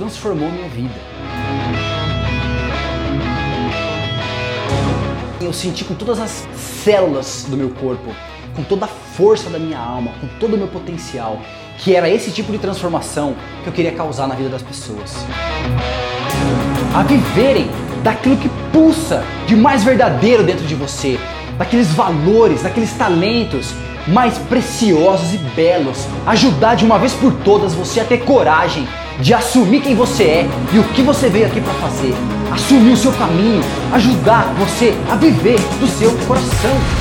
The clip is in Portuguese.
transformou minha vida. Eu senti com todas as células do meu corpo, com toda a força da minha alma, com todo o meu potencial, que era esse tipo de transformação que eu queria causar na vida das pessoas. A viverem daquilo que pulsa de mais verdadeiro dentro de você, daqueles valores, daqueles talentos mais preciosos e belos. Ajudar de uma vez por todas você a ter coragem de assumir quem você é e o que você veio aqui para fazer. Assumir o seu caminho, ajudar você a viver do seu coração.